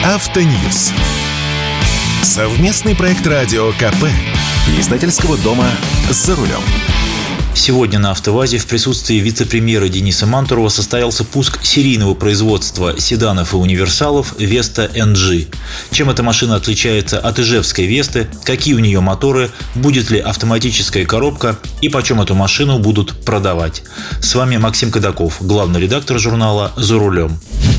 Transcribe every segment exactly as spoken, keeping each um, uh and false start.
Автоньюз. Совместный проект радио КП и издательского дома «За рулем». Сегодня на АвтоВАЗе в присутствии вице-премьера Дениса Мантурова состоялся пуск серийного производства седанов и универсалов Веста эн джи. Чем эта машина отличается от ижевской Весты, какие у нее моторы, будет ли автоматическая коробка и почем эту машину будут продавать. С вами Максим Кадаков, главный редактор журнала «За рулем».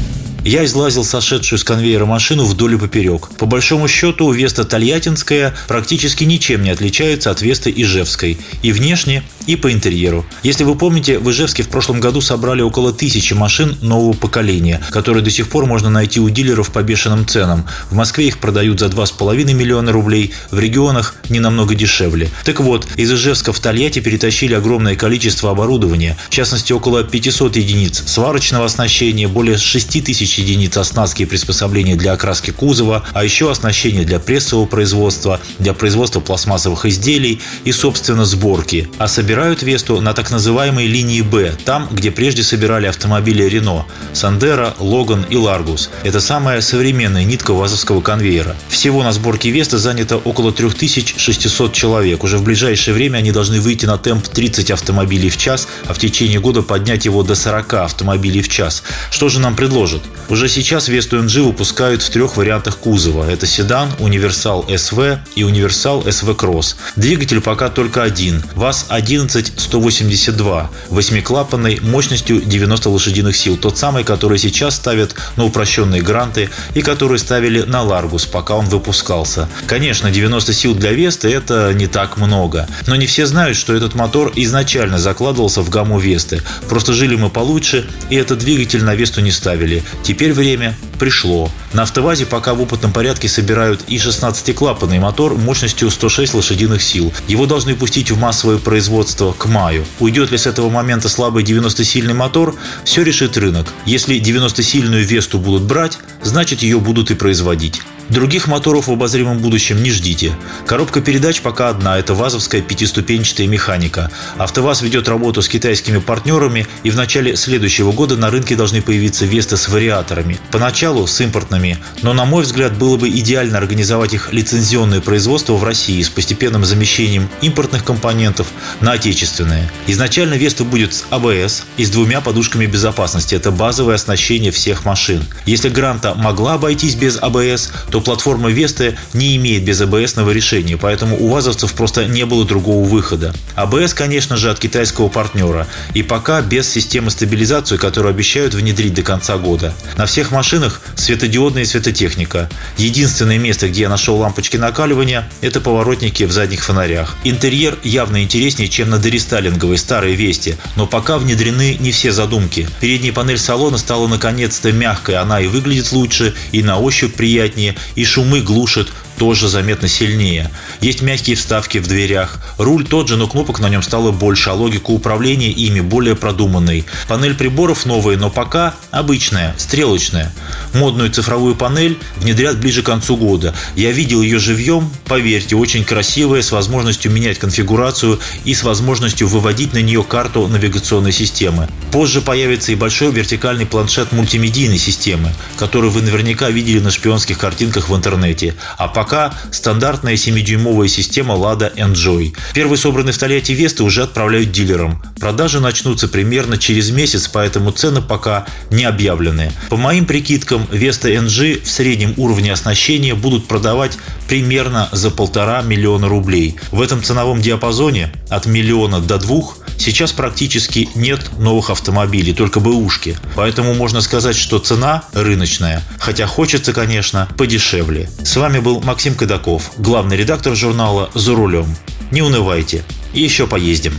Я излазил сошедшую с конвейера машину вдоль и поперек. По большому счету, Веста Тольяттинская практически ничем не отличается от Весты Ижевской. И внешне, и по интерьеру. Если вы помните, в Ижевске в прошлом году собрали около тысячи машин нового поколения, которые до сих пор можно найти у дилеров по бешеным ценам. В Москве их продают за два с половиной миллиона рублей, в регионах не намного дешевле. Так вот, из Ижевска в Тольятти перетащили огромное количество оборудования, в частности около пятисот единиц сварочного оснащения, более шести тысяч единиц оснастки и приспособления для окраски кузова, а еще оснащение для прессового производства, для производства пластмассовых изделий и, собственно, сборки. А собирают Весту на так называемой линии Б, там, где прежде собирали автомобили Рено, Сандеро, Логан и Ларгус. Это самая современная нитка вазовского конвейера. Всего на сборке Весты занято около три тысячи шестьсот человек. Уже в ближайшее время они должны выйти на темп тридцать автомобилей в час, а в течение года поднять его до сорока автомобилей в час. Что же нам предложат? Уже сейчас Весту эн джи выпускают в трех вариантах кузова. Это седан, универсал эс ви и универсал эс ви Кросс. Двигатель пока только один – ВАЗ одиннадцать сто восемьдесят два, восьмиклапанный, мощностью девяносто лошадиных сил. Тот самый, который сейчас ставят на упрощенные гранты и который ставили на Ларгус, пока он выпускался. Конечно, девяносто сил для Весты – это не так много. Но не все знают, что этот мотор изначально закладывался в гамму Весты. Просто жили мы получше, и этот двигатель на Весту не ставили. Теперь время пришло. На АвтоВАЗе пока в опытном порядке собирают и шестнадцатиклапанный мотор мощностью сто шесть лошадиных сил. Его должны пустить в массовое производство к маю. Уйдет ли с этого момента слабый девяностосильный мотор, все решит рынок. Если девяностосильную Весту будут брать, значит ее будут и производить. Других моторов в обозримом будущем не ждите. Коробка передач пока одна – это вазовская пятиступенчатая механика. АвтоВАЗ ведет работу с китайскими партнерами, и в начале следующего года на рынке должны появиться Весты с вариаторами. Поначалу с импортными, но, на мой взгляд, было бы идеально организовать их лицензионное производство в России с постепенным замещением импортных компонентов на отечественные. Изначально Веста будет с а бэ эс и с двумя подушками безопасности – это базовое оснащение всех машин. Если Гранта могла обойтись без а бэ эс, то платформа Весты не имеет безАБСного решения, поэтому у вазовцев просто не было другого выхода. а бэ эс, конечно же, от китайского партнера, и пока без системы стабилизации, которую обещают внедрить до конца года. На всех машинах светодиодная светотехника. Единственное место, где я нашел лампочки накаливания, это поворотники в задних фонарях. Интерьер явно интереснее, чем на дорестайлинговой старой Весте, но пока внедрены не все задумки. Передняя панель салона стала наконец-то мягкой, она и выглядит лучше, и на ощупь приятнее, и шумы глушит тоже заметно сильнее. Есть мягкие вставки в дверях. Руль тот же, но кнопок на нем стало больше, а логика управления ими более продуманной. Панель приборов новая, но пока обычная, стрелочная. Модную цифровую панель внедрят ближе к концу года. Я видел ее живьем, поверьте, очень красивая, с возможностью менять конфигурацию и с возможностью выводить на нее карту навигационной системы. Позже появится и большой вертикальный планшет мультимедийной системы, который вы наверняка видели на шпионских картинках в интернете. А пока стандартная семидюймовая система Lada Enjoy. Первый собранный в Тольятти Весты уже отправляют дилерам. Продажи начнутся примерно через месяц, поэтому цены пока не объявлены. По моим прикидкам, Веста эн джи в среднем уровне оснащения будут продавать примерно за полтора миллиона рублей. В этом ценовом диапазоне от миллиона до двух сейчас практически нет новых автомобилей, только бэушки. Поэтому можно сказать, что цена рыночная, хотя хочется, конечно, подешевле. С вами был Максим Кадаков, главный редактор журнала «За рулем». Не унывайте, еще поездим.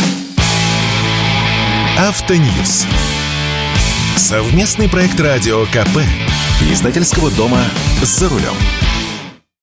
Автоньюз. Совместный проект радио КП и издательского дома «За рулем».